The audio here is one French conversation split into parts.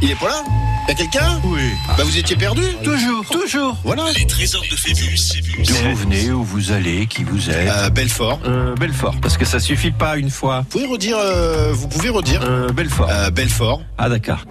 Il est pas là? Y'a quelqu'un? Oui. Bah vous étiez perdu? Toujours. Voilà. Les trésors de Phébus. D'où vous venez, où vous allez, qui vous êtes. Belfort. Belfort, parce que ça suffit pas une fois. Vous pouvez redire? Belfort. Belfort. Ah d'accord.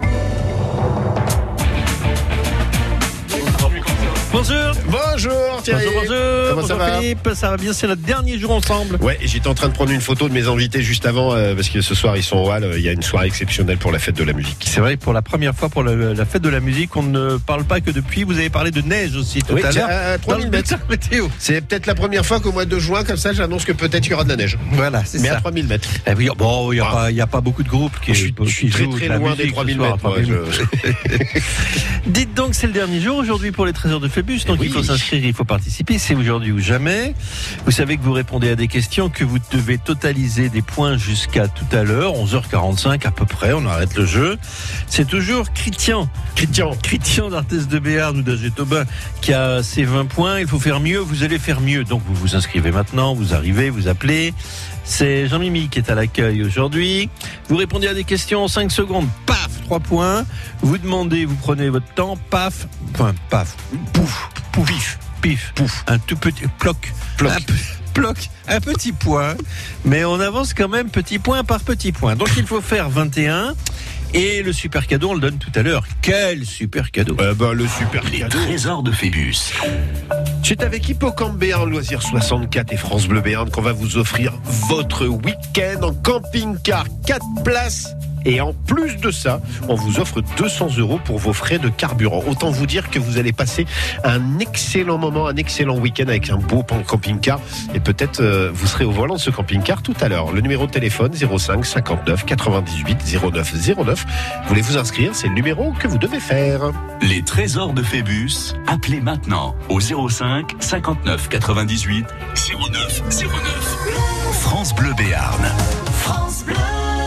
Bonjour. Bonjour Thierry. Bonjour. Comment ça va? Philippe, ça va bien, c'est notre dernier jour ensemble. Ouais, j'étais en train de prendre une photo de mes invités juste avant parce que ce soir ils sont au Hall. Il y a une soirée exceptionnelle pour la fête de la musique. C'est vrai, pour la première fois pour la fête de la musique, on ne parle pas que depuis. Vous avez parlé de neige aussi tout à l'heure. À 3000 mètres. Météo. C'est peut-être la première fois qu'au mois de juin, comme ça, j'annonce que peut-être il y aura de la neige. Voilà, c'est Mais ça. à 3000 mètres. Eh oui, bon, il y a pas beaucoup de groupes qui Je suis très jouent très de la loin des musique 3000 ce soir, mètres. moi, 3000 je- Dites donc, c'est le dernier jour aujourd'hui pour les trésors de Phébus, donc Oui. il faut s'inscrire, il faut participer, c'est aujourd'hui ou jamais. Vous savez que vous répondez à des questions, que vous devez totaliser des points jusqu'à tout à l'heure, 11h45 à peu près, on arrête le jeu. C'est toujours Christian d'Arthès de Béarn ou d'Agétobin qui a ses 20 points. Il faut faire mieux, vous allez faire mieux. Donc vous vous inscrivez maintenant, vous arrivez, vous appelez. C'est Jean-Mimi qui est à l'accueil aujourd'hui. Vous répondez à des questions en 5 secondes. Paf, 3 points. Vous demandez, vous prenez votre temps. Paf, enfin, paf, pouf, pouf, pif, pouf. Un tout petit ploc. Un petit point. Mais on avance quand même petit point par petit point. Donc il faut faire 21. Et le super cadeau, on le donne tout à l'heure. Quel super cadeau! Le super Les cadeau. trésors de Phébus. C'est avec Hippocampe Béarn Loisirs 64 et France Bleu Béarn qu'on va vous offrir votre week-end en camping-car 4 places. Et en plus de ça, on vous offre 200 € pour vos frais de carburant. Autant vous dire que vous allez passer un excellent moment, un excellent week-end avec un beau camping-car. Et peut-être vous serez au volant de ce camping-car tout à l'heure. Le numéro de téléphone 05 59 98 09 09. Voulez vous inscrire? C'est le numéro que vous devez faire. Les trésors de Phébus. Appelez maintenant au 05 59 98 09 09. France Bleu Béarn. France Bleu.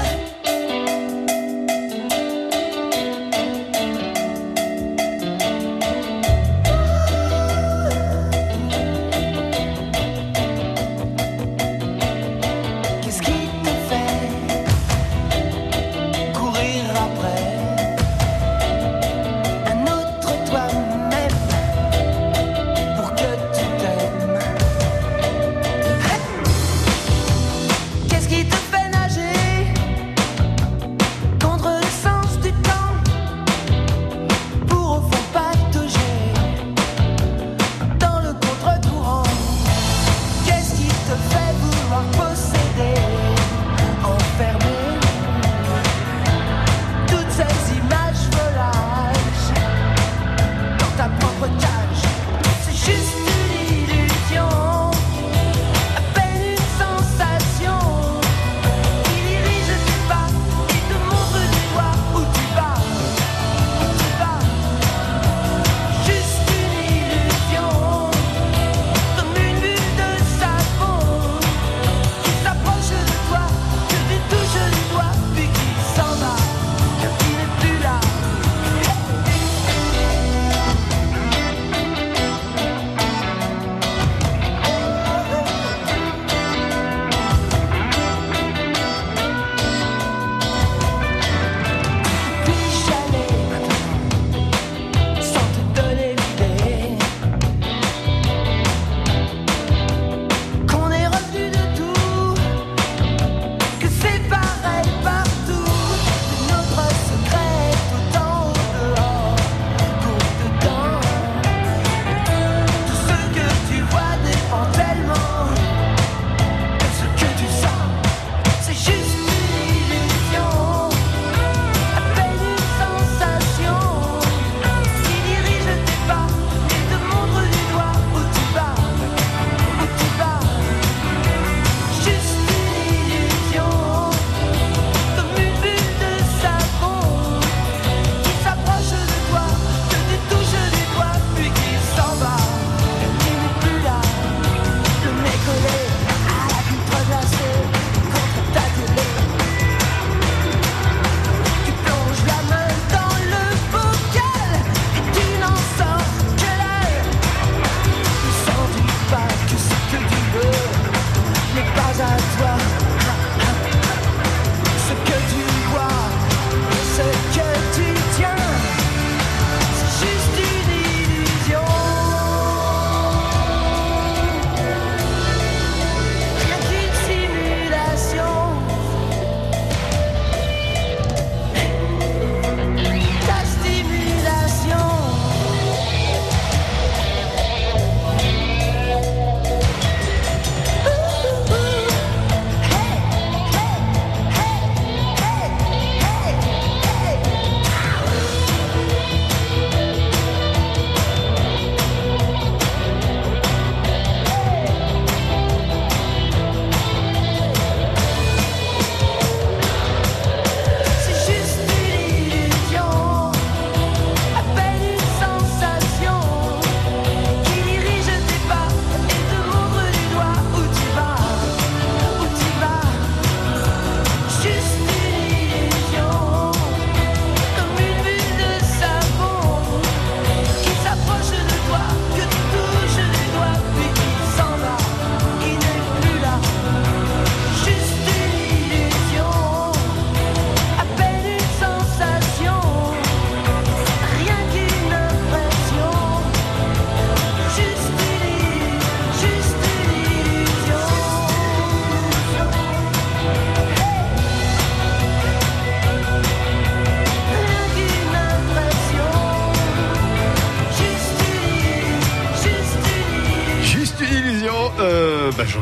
Qu'est-ce qui te fait courir après un autre toi-même pour que tu t'aimes? Qu'est-ce qui te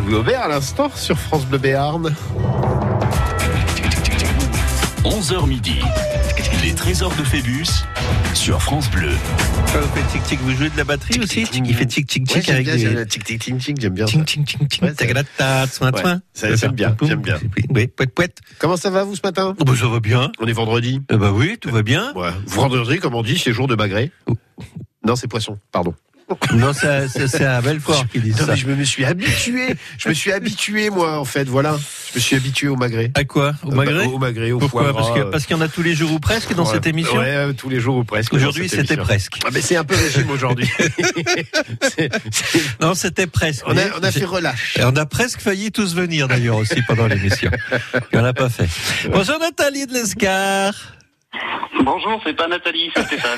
Louis Aubert à l'instant sur France Bleu Béarn. 11h midi. Les trésors de Phébus sur France Bleu. Vous faites tic-tic, vous jouez de la batterie aussi? Il fait tic-tic-tic avec des... Tic-tic-tic, j'aime bien ça. Tic-tic-tic, Ouais, tagadata, soin. J'aime bien. Oui, pouet. Comment ça va vous ce matin? Oh, bah, ça va bien. On est vendredi. Bah oui, tout va bien. Ouais. Vendredi, comme on dit, c'est jour de magret. Non, c'est poisson, pardon. Non, c'est à Belfort qui dit Non, ça. mais je me suis habitué, moi, en fait, voilà. Je me suis habitué au magret. À quoi? Au magret? Au magret, au Pourquoi? foie gras. Parce qu'il y en a tous les jours ou presque dans cette émission? Ouais, tous les jours ou presque. Aujourd'hui, dans cette c'était émission. presque. Ah, mais c'est un peu régime aujourd'hui. Non, c'était presque. On a fait relâche. Et on a presque failli tous venir d'ailleurs aussi pendant l'émission. Et on l'a pas fait. Bonjour Nathalie de l'Escar. Bonjour, c'est pas Nathalie, c'est Stéphane.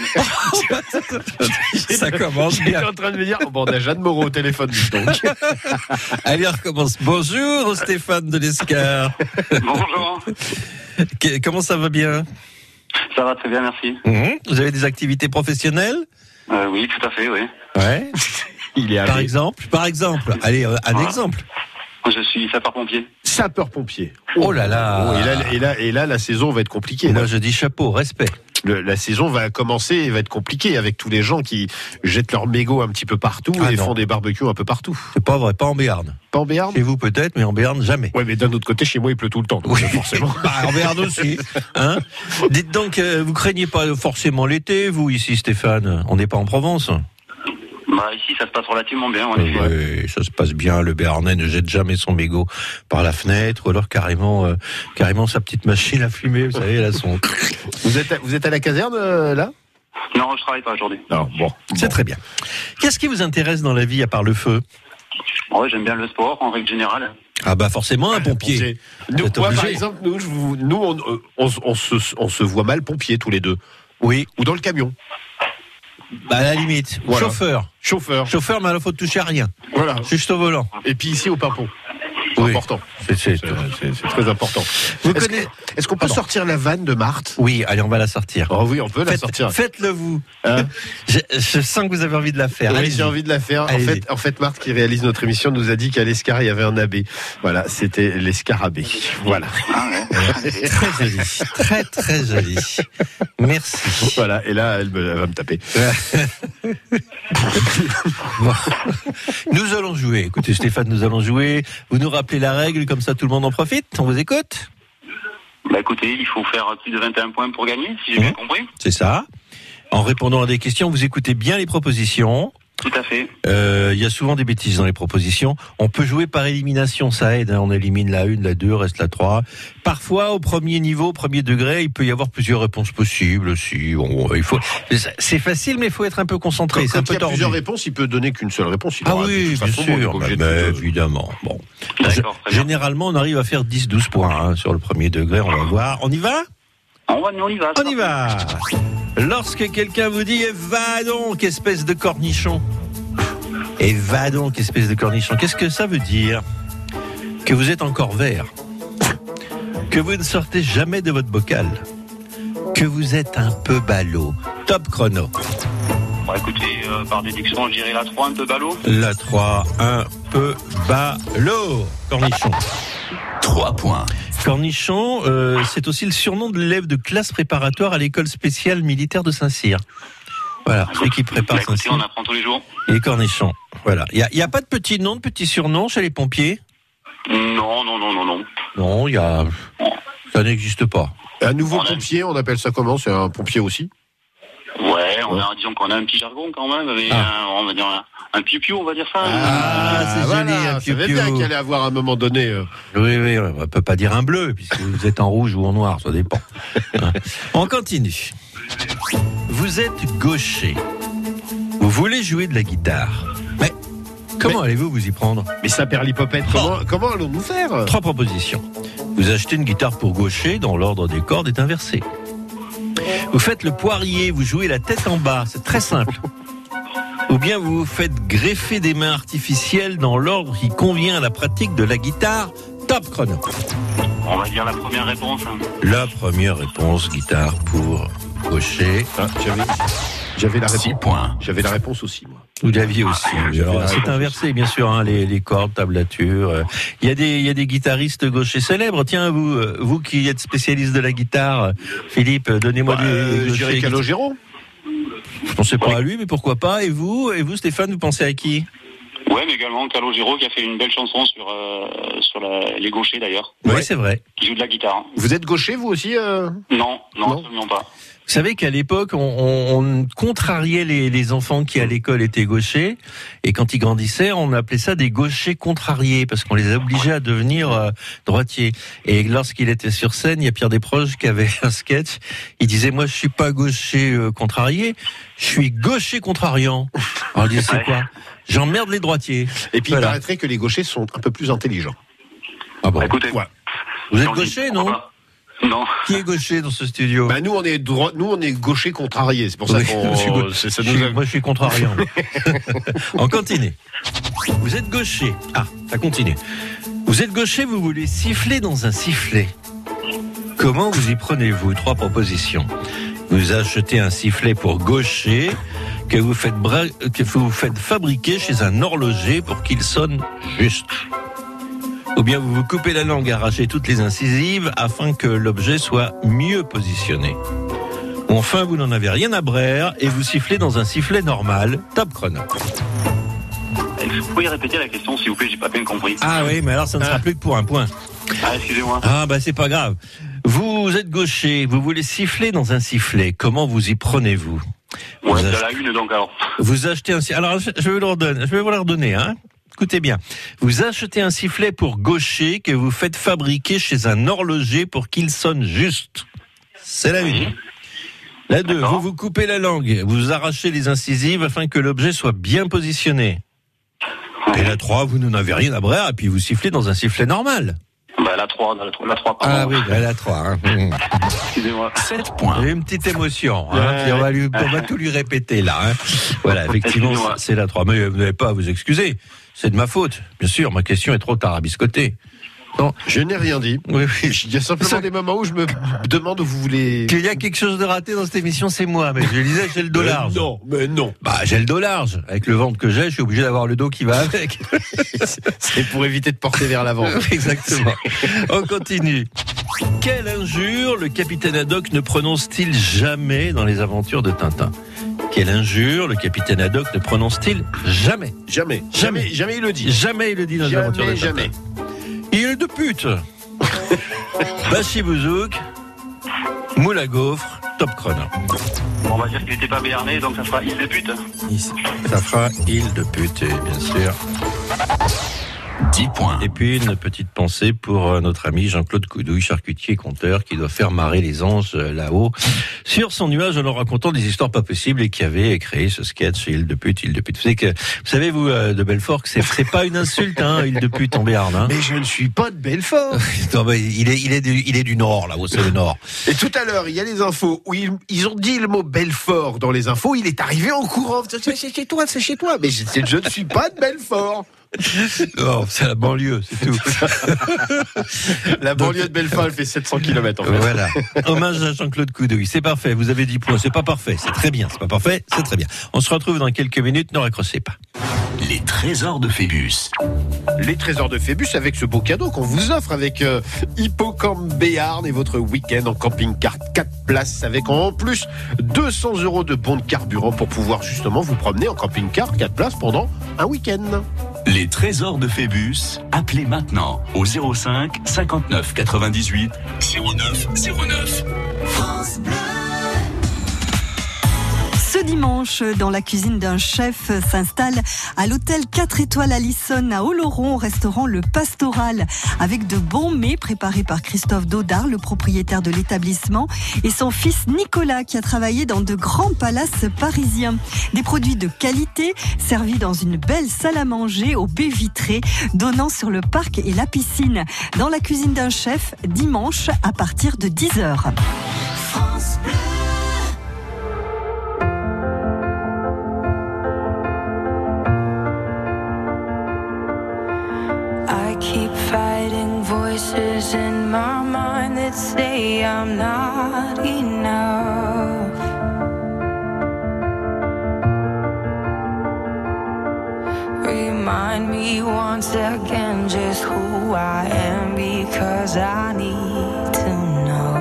Ça commence J'étais bien. en train de me dire, bon, on a Jeanne Moreau au téléphone, donc. Allez, on recommence. Bonjour Stéphane de l'Escar. Bonjour. Comment ça va bien? Ça va très bien, merci. Vous avez des activités professionnelles? Oui, tout à fait, oui. Ouais. Il est Par exemple. Allez, un exemple. Je suis sapeur-pompier. Sapeur-pompier. Oh là là. Et là, la saison va être compliquée. Moi, là. je dis chapeau, respect. La saison va commencer et va être compliquée avec tous les gens qui jettent leurs mégots un petit peu partout et non. font des barbecues un peu partout. C'est pas vrai, pas en Béarn. Pas en Béarn? Chez vous peut-être, mais en Béarn, jamais. Ouais, mais d'un autre côté, chez moi, il pleut tout le temps, donc forcément. Bah, en Béarn aussi. Hein? Dites donc, vous craignez pas forcément l'été, vous, ici, Stéphane? On n'est pas en Provence? Bah, ici, ça se passe relativement bien, en effet. Oui, ça se passe bien. Le Béarnais ne jette jamais son mégot par la fenêtre, ou alors carrément sa petite machine à fumer, vous savez, elle a son... Vous êtes à la caserne, là? Non, je travaille pas aujourd'hui. Non, bon. C'est très bien. Qu'est-ce qui vous intéresse dans la vie à part le feu? Ouais, j'aime bien le sport, en règle générale. Ah bah forcément, un pompier. Nous, Vous êtes moi, obligé. par exemple, on se voit mal pompiers tous les deux. Oui, Ou dans le camion. bah à la limite. Voilà. Chauffeur, mais alors faut toucher à rien. Voilà. Juste au volant. Et puis ici, au pimpon. C'est Oui. important. C'est très important. Vous Est-ce connaissez- est-ce qu'on peut Pardon. sortir la vanne de Marthe? Oui, allez, on va la sortir. Oh oui, on peut la sortir. Faites-le vous. Hein? Je sens que vous avez envie de la faire. Oui, Allez-y. j'ai envie de la faire. Allez-y. En fait, Marthe, qui réalise notre émission, nous a dit qu'à l'Escar, il y avait un abbé. Voilà, c'était l'escarabée. Voilà. Ah ouais. Très joli. Très, très joli. Merci. Voilà. Et là, elle va me taper. Bon. Nous allons jouer. Écoutez, Stéphane, nous allons jouer. Vous nous rappelez la règle, comme ça tout le monde en profite. On vous écoute? Bah, écoutez, il faut faire plus de 21 points pour gagner, si j'ai bien compris. C'est ça. En répondant à des questions, vous écoutez bien les propositions. Tout à fait. Il y a souvent des bêtises dans les propositions. On peut jouer par élimination, ça aide. Hein. On élimine la 1, la 2, reste la 3. Parfois, au premier niveau, au premier degré, il peut y avoir plusieurs réponses possibles aussi. Bon, c'est facile, mais il faut être un peu concentré. C'est un Quand il peu y a tordu. plusieurs réponses, il peut donner qu'une seule réponse. Il Ah aura- de oui, toute bien façon, on est sûr, pas obligé mais de- évidemment. Bon. D'accord, très bien. Généralement, on arrive à faire 10-12 points hein, sur le premier degré. On va voir. On y va? On y va. On y va. Lorsque quelqu'un vous dit « va donc, espèce de cornichon ». Et va donc, espèce de cornichon. Qu'est-ce que ça veut dire? Que vous êtes encore vert. Que vous ne sortez jamais de votre bocal. Que vous êtes un peu ballot. Top chrono. Bon, écoutez, par déduction, je dirais la 3, un peu ballot. La 3, un peu ballot. Cornichon. 3 points. Cornichon, c'est aussi le surnom de l'élève de classe préparatoire à l'école spéciale militaire de Saint-Cyr. Voilà, celui qui prépare Bah, écoutez, Saint-Cyr. on apprend tous les jours. Et cornichon. Voilà. Il y a pas de petit nom, de petit surnom chez les pompiers? Non. Non, ça n'existe pas. Un nouveau On a- pompier, on appelle ça comment? C'est un pompier aussi? Ouais, disons qu'on a un petit jargon quand même, mais on va dire un piou-piou, on va dire ça. c'est joli, un Je savais piou-piou. bien qu'il allait avoir à un moment donné. Oui, on peut pas dire un bleu, puisque vous êtes en rouge ou en noir, ça dépend. Hein. On continue. Vous êtes gaucher. Vous voulez jouer de la guitare. Mais comment allez-vous vous y prendre? Mais ça perd l'hypopète. Comment allons-nous faire? 3 propositions. Vous achetez une guitare pour gaucher dont l'ordre des cordes est inversé. Vous faites le poirier, vous jouez la tête en bas, c'est très simple. Ou bien vous vous faites greffer des mains artificielles dans l'ordre qui convient à la pratique de la guitare. Top chrono. On va dire la première réponse. La première réponse, guitare pour gaucher. Ah, j'avais- J'avais la 6 réponse. points. J'avais la réponse aussi, moi. Vous l'aviez aussi. Alors, c'est inversé, bien sûr, hein, les cordes, tablatures. Il y a des guitaristes gauchers célèbres. Tiens, vous qui êtes spécialiste de la guitare, Philippe, donnez-moi des Je dirais gauchers. Calogero. Je pensais pas à lui, mais pourquoi pas. Et vous, Stéphane, vous pensez à qui? Ouais, mais également Calogero qui a fait une belle chanson sur les gauchers d'ailleurs, Oui, c'est vrai. qui joue de la guitare. Vous êtes gaucher, vous aussi Non, Non. absolument pas. Vous savez qu'à l'époque, on contrariait les enfants qui à l'école étaient gauchers, et quand ils grandissaient, on appelait ça des gauchers contrariés, parce qu'on les obligeait à devenir droitiers. Et lorsqu'il était sur scène, il y a Pierre Desproges qui avait un sketch, il disait, moi je suis pas gaucher contrarié, je suis gaucher contrariant. Alors il disait, c'est quoi? J'emmerde les droitiers. Et puis Voilà. il paraîtrait que les gauchers sont un peu plus intelligents. Ah bon. Bah, écoutez, Ouais. Vous êtes on dit- gaucher, non? Non. Qui est gaucher dans ce studio? Bah nous on est gaucher contrarié, c'est pour ça Oui, qu'on je suis gau- ça Je nous suis- a... moi, je suis contrariant. On continue. Vous êtes gaucher. Ah, ça continue. Vous êtes gaucher, vous voulez siffler dans un sifflet. Comment vous y prenez-vous? 3 propositions. Vous achetez un sifflet pour gaucher que vous faites fabriquer chez un horloger pour qu'il sonne juste. Ou bien vous vous coupez la langue, arrachez toutes les incisives afin que l'objet soit mieux positionné. Ou enfin, vous n'en avez rien à braire et vous sifflez dans un sifflet normal. Top chrono. Vous pouvez répéter la question s'il vous plaît, j'ai pas bien compris. Ah oui, mais alors ça ne sera plus que pour un point. Ah, excusez-moi. Ah bah c'est pas grave. Vous êtes gaucher, vous voulez siffler dans un sifflet. Comment vous y prenez-vous? Ouais, Vous de achetez- la une donc alors. Vous achetez un sifflet. Alors je vais vous le redonner, hein. Écoutez bien. Vous achetez un sifflet pour gaucher que vous faites fabriquer chez un horloger pour qu'il sonne juste. C'est la une. La 2, D'accord. vous vous coupez la langue, vous arrachez les incisives afin que l'objet soit bien positionné. Et la 3, vous n'en avez rien à braire et puis vous sifflez dans un sifflet normal. Bah la 3, pardon. Ah oui, la 3. Hein. Excusez-moi. 7 points. J'ai une petite émotion. Hein, puis on va tout lui répéter là. Hein. Voilà, effectivement, Excusez-moi. c'est la 3. Mais vous n'avez pas à vous excuser. C'est de ma faute. Bien sûr, ma question est trop tarabiscotée. Non, Je n'ai rien dit. oui, oui. Il y a simplement des moments où je me demande où vous voulez... Qu'il y a quelque chose de raté dans cette émission, c'est moi. Mais je le disais, j'ai le dos large. Non, mais non. Bah, j'ai le dos large. Avec le ventre que j'ai, je suis obligé d'avoir le dos qui va avec. C'est pour éviter de porter vers l'avant. Exactement. On continue. Quelle injure le capitaine Haddock ne prononce-t-il jamais dans les aventures de Tintin? Quelle injure le capitaine Haddock ne prononce-t-il jamais? Jamais il le dit. Jamais il le dit dans les aventures de Tintin. Jamais. Il est de pute. Bachi Bouzouk, moule à gaufre, top chrono. On va dire qu'il n'était pas béarnais, donc ça fera il de pute. Ça fera île de pute, bien sûr. 10 points. Et puis une petite pensée pour notre ami Jean-Claude Coudouille, charcutier et conteur, qui doit faire marrer les anges là-haut sur son nuage en leur racontant des histoires pas possibles et qui avait créé ce sketch île de pute, île de pute. Vous savez vous de Belfort que c'est pas une insulte, hein, île de pute en Béarn. Hein. Mais je ne suis pas de Belfort. Non, mais il est du nord là-haut, c'est le nord. Et tout à l'heure, il y a les infos où ils ont dit le mot Belfort dans les infos. Il est arrivé en courant. C'est chez toi. Mais je ne suis pas de Belfort. Non, c'est la banlieue, c'est tout. La banlieue de Belfort, elle fait 700 km en fait. Voilà. Hommage à Jean-Claude Coudouille. C'est parfait. Vous avez 10 points. C'est pas parfait. C'est très bien. C'est pas parfait. C'est très bien. On se retrouve dans quelques minutes. Ne raccrochez pas. Les trésors de Phébus. Les trésors de Phébus avec ce beau cadeau qu'on vous offre avec Hippocampe Béarn et votre week-end en camping-car 4 places avec en plus 200 € de bons de carburant pour pouvoir justement vous promener en camping-car 4 places pendant un week-end. Les trésors de Phébus. Appelez maintenant au 05 59 98 09 09. France Bleu. Ce dimanche, dans la cuisine d'un chef, s'installe à l'hôtel 4 étoiles à Lissonne, à Oloron, restaurant Le Pastoral, avec de bons mets préparés par Christophe Dodard, le propriétaire de l'établissement, et son fils Nicolas, qui a travaillé dans de grands palaces parisiens. Des produits de qualité, servis dans une belle salle à manger aux baies vitrées, donnant sur le parc et la piscine. Dans la cuisine d'un chef, dimanche, à partir de 10h. France Bleu. I keep fighting voices in my mind that say I'm not enough. once again just who I am, because I need to know.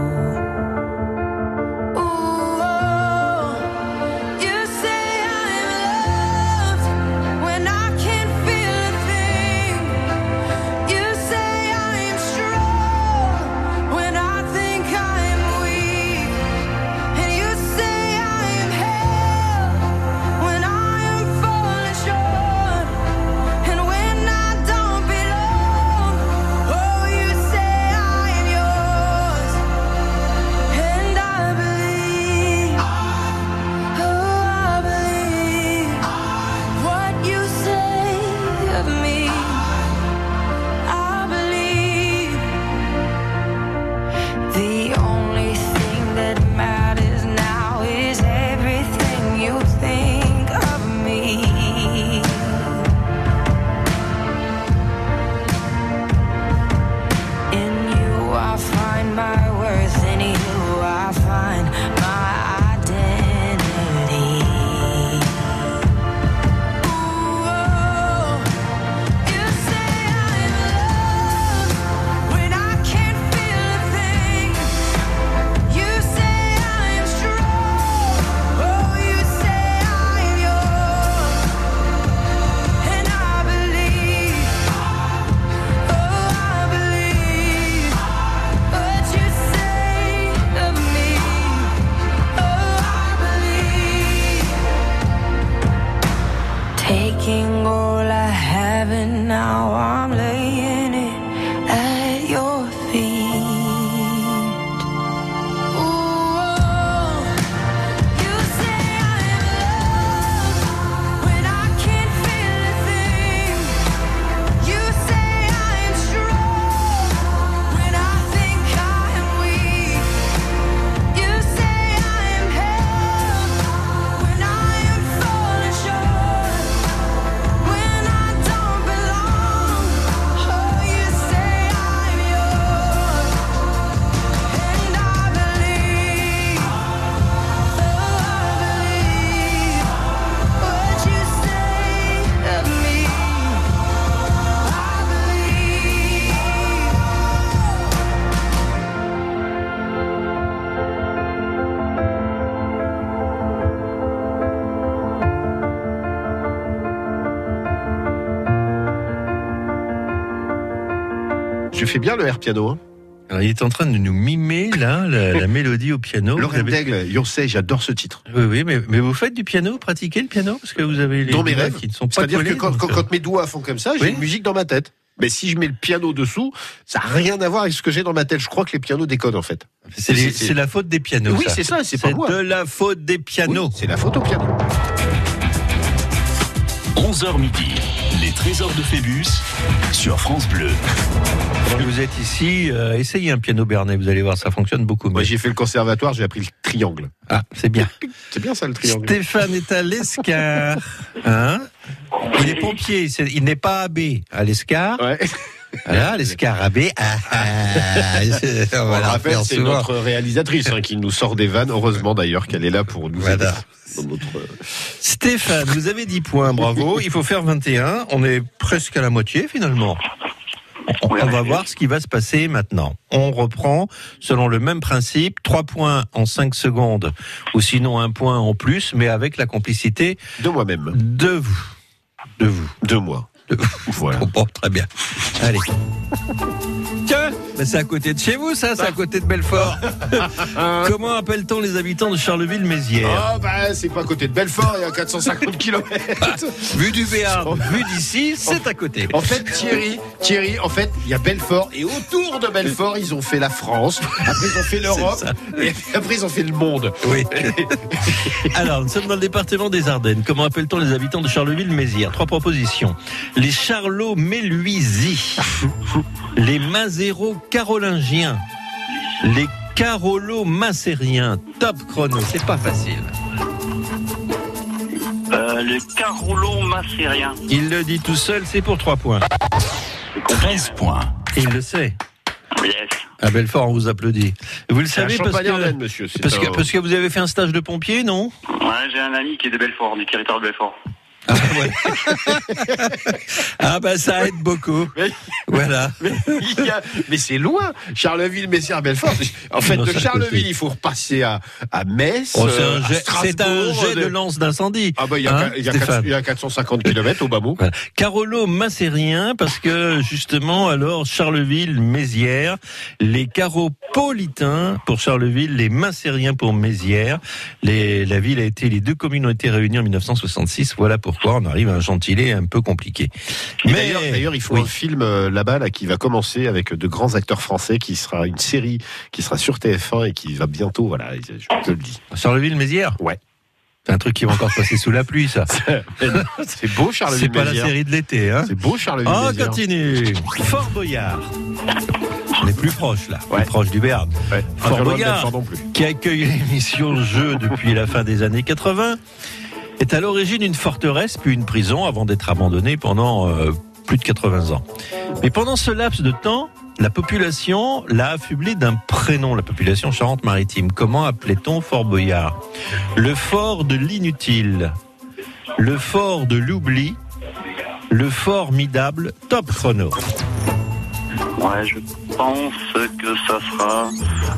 Taking all I have and now I'm laying it at your feet. Ooh, you say I'm loved when I can't feel a thing. You say I'm strong when I think I am weak. You say I'm held when I am falling short. When I don't belong, oh, you say I'm yours, and I believe, oh, I believe what you say of me. I believe. Je fais bien le air piano. Hein. Alors, il est en train de nous mimer, là, la mélodie au piano. Lorraine Vous avez- Daigle, Yoncé, j'adore ce titre. Oui, mais vous faites du piano, vous pratiquez le piano? Parce que vous avez les Dans mes doigts rêves. qui ne sont pas C'est-à-dire collés, que quand, donc, quand mes doigts font comme ça, j'ai Oui. une musique dans ma tête. Mais si je mets le piano dessous, ça n'a rien à voir avec ce que j'ai dans ma tête. Je crois que les pianos déconnent en fait. c'est la faute des pianos. Oui, c'est ça, c'est pas moi. de la faute des pianos. Oui, c'est la faute au piano. 11h midi, les trésors de Phébus sur France Bleu. Quand vous êtes ici, essayez un piano bernet, vous allez voir, ça fonctionne beaucoup mieux. Moi, j'ai fait le conservatoire, j'ai appris le triangle. Ah, c'est bien. C'est bien ça le triangle. Stéphane est à l'Escar. Hein? Il est pompier, il n'est pas abbé à l'Escar. Ouais. Voilà, l'Escar abbé. On On va la rappelle, faire c'est souvent. notre réalisatrice qui nous sort des vannes. Heureusement d'ailleurs qu'elle est là pour nous aider. Voilà. Dans notre... Stéphane, vous avez 10 points, bravo. Il faut faire 21. On est presque à la moitié finalement. On va voir ce qui va se passer maintenant. On reprend selon le même principe, 3 points en 5 secondes, ou sinon 1 point en plus, mais avec la complicité De moi-même. de vous. De vous. De moi. Voilà. Bon, très bien. Allez. Tiens, mais c'est à côté de chez vous, ça, c'est à côté de Belfort. Comment appelle-t-on les habitants de Charleville-Mézières? Oh bah c'est pas à côté de Belfort, il y a 450 km. Vu du Béarn, vu d'ici, c'est à côté. En fait, Thierry, en fait, il y a Belfort et autour de Belfort, ils ont fait la France. Après, ils ont fait l'Europe C'est ça. et après, ils ont fait le monde. Oui. Alors, nous sommes dans le département des Ardennes. Comment appelle-t-on les habitants de Charleville-Mézières? 3 propositions. Les Charlot-Méluisis, les Mazéro-Carolingiens, les Carolo-Macériens. Top chrono, c'est pas facile. Le Carolo Macérien. Il le dit tout seul, c'est pour 3 points. 13 points. Il le sait. Yes. À Belfort, on vous applaudit. Vous le C'est un savez parce Champagne-Ardenne, que, monsieur. C'est parce que vous avez fait un stage de pompier, non? Ouais, j'ai un ami qui est de Belfort, du territoire de Belfort. Ah, ouais. Ah bah ça aide beaucoup. Voilà. Mais c'est loin. Charleville, Mézières, Belfort. En fait, Non, de c'est à Charleville, côté. il faut repasser à Metz. Oh, à c'est un jet de lance d'incendie. Ah bah il y Hein, a Stéphane 450 km au bas mot. Voilà. Carolo Massérien, parce que justement, alors Charleville, Mézières, les Caropolitains pour Charleville, les Massériens pour Mézières. Les deux communes ont été réunies en 1966. Voilà pourquoi on arrive à un gentilé un peu compliqué. Et d'ailleurs, il faut oui. un film là-bas qui va commencer avec de grands acteurs français, qui sera une série qui sera sur TF1 et qui va bientôt, voilà, je te le dis. Charleville, Mézières. Ouais. C'est un truc qui va encore passer sous la pluie, ça. C'est beau, Charleville. C'est pas la Mézières. série de l'été, hein. C'est beau, Charleville. On Mézières. continue. Fort Boyard. On est plus proche là, Ouais. plus proche du Béarn. Ouais. Fort Pas très loin de Boyard, Belfort non plus. qui accueille l'émission Jeux depuis la fin des années 80, est à l'origine une forteresse puis une prison avant d'être abandonnée pendant plus de 80 ans. Mais pendant ce laps de temps, la population l'a affublé d'un prénom, la population Charente-Maritime. Comment appelait-on Fort Boyard? Le fort de l'inutile, le fort de l'oubli, le formidable. Top chrono. Ouais, je pense que ça sera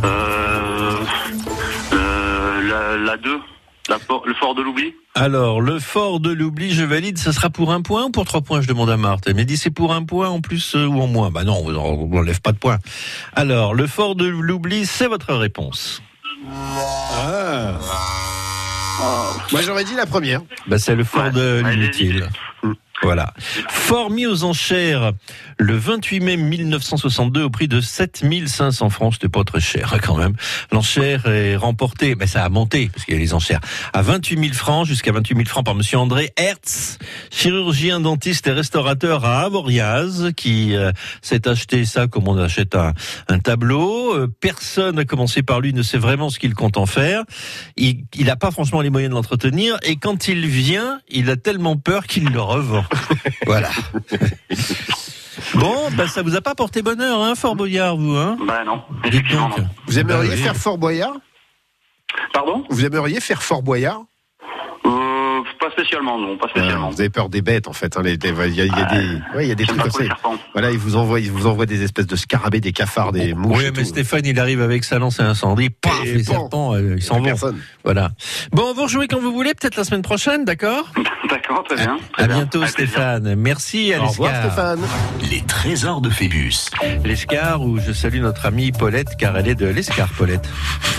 la 2, le fort de l'oubli. Alors, le fort de l'oubli, je valide, ça sera pour 1 point ou pour 3 points, je demande à Marthe. Elle m'a dit c'est pour 1 point en plus ou en moins. Bah non, on n'enlève pas de points. Alors, le fort de l'oubli, c'est votre réponse. Ah. Moi, j'aurais dit la première. Bah, c'est le fort Ouais, de ouais, l'inutile. Voilà. Fort mis aux enchères le 28 mai 1962 au prix de 7500 francs. C'était pas très cher, hein, quand même. L'enchère est remportée, mais ça a monté, parce qu'il y a les enchères, à 28 000 francs, jusqu'à 28 000 francs par monsieur André Hertz, chirurgien, dentiste et restaurateur à Avoriaz, qui s'est acheté ça comme on achète un tableau. Personne, à commencer par lui, ne sait vraiment ce qu'il compte en faire. Il n'a pas franchement les moyens de l'entretenir, et quand il vient, il a tellement peur qu'il le revend. Voilà. Bon, bah ça vous a pas porté bonheur, hein, Fort Boyard, vous, hein? Bah non, Dites effectivement donc. non. Vous aimeriez Bah oui. faire Fort Boyard? Pardon? Vous aimeriez faire Fort Boyard? Pas spécialement, non, pas spécialement. Vous avez peur des bêtes, en fait. Hein, il y a des trucs comme ça. Voilà, ils vous envoient des espèces de scarabées, des cafards, des mouches. Oui, et mais tout. Stéphane, il arrive avec sa lance à incendie, paf, Et les bon. serpents, ils s'en vont. Personne. Voilà. Bon, vous rejouez quand vous voulez, peut-être la semaine prochaine, d'accord? D'accord, très bien. Très À bien. bientôt, Avec plaisir. Stéphane. Merci à Au revoir, l'Escar. Stéphane. Les trésors de Phébus. L'Escar, où je salue notre amie Paulette, car elle est de l'Escar, Paulette.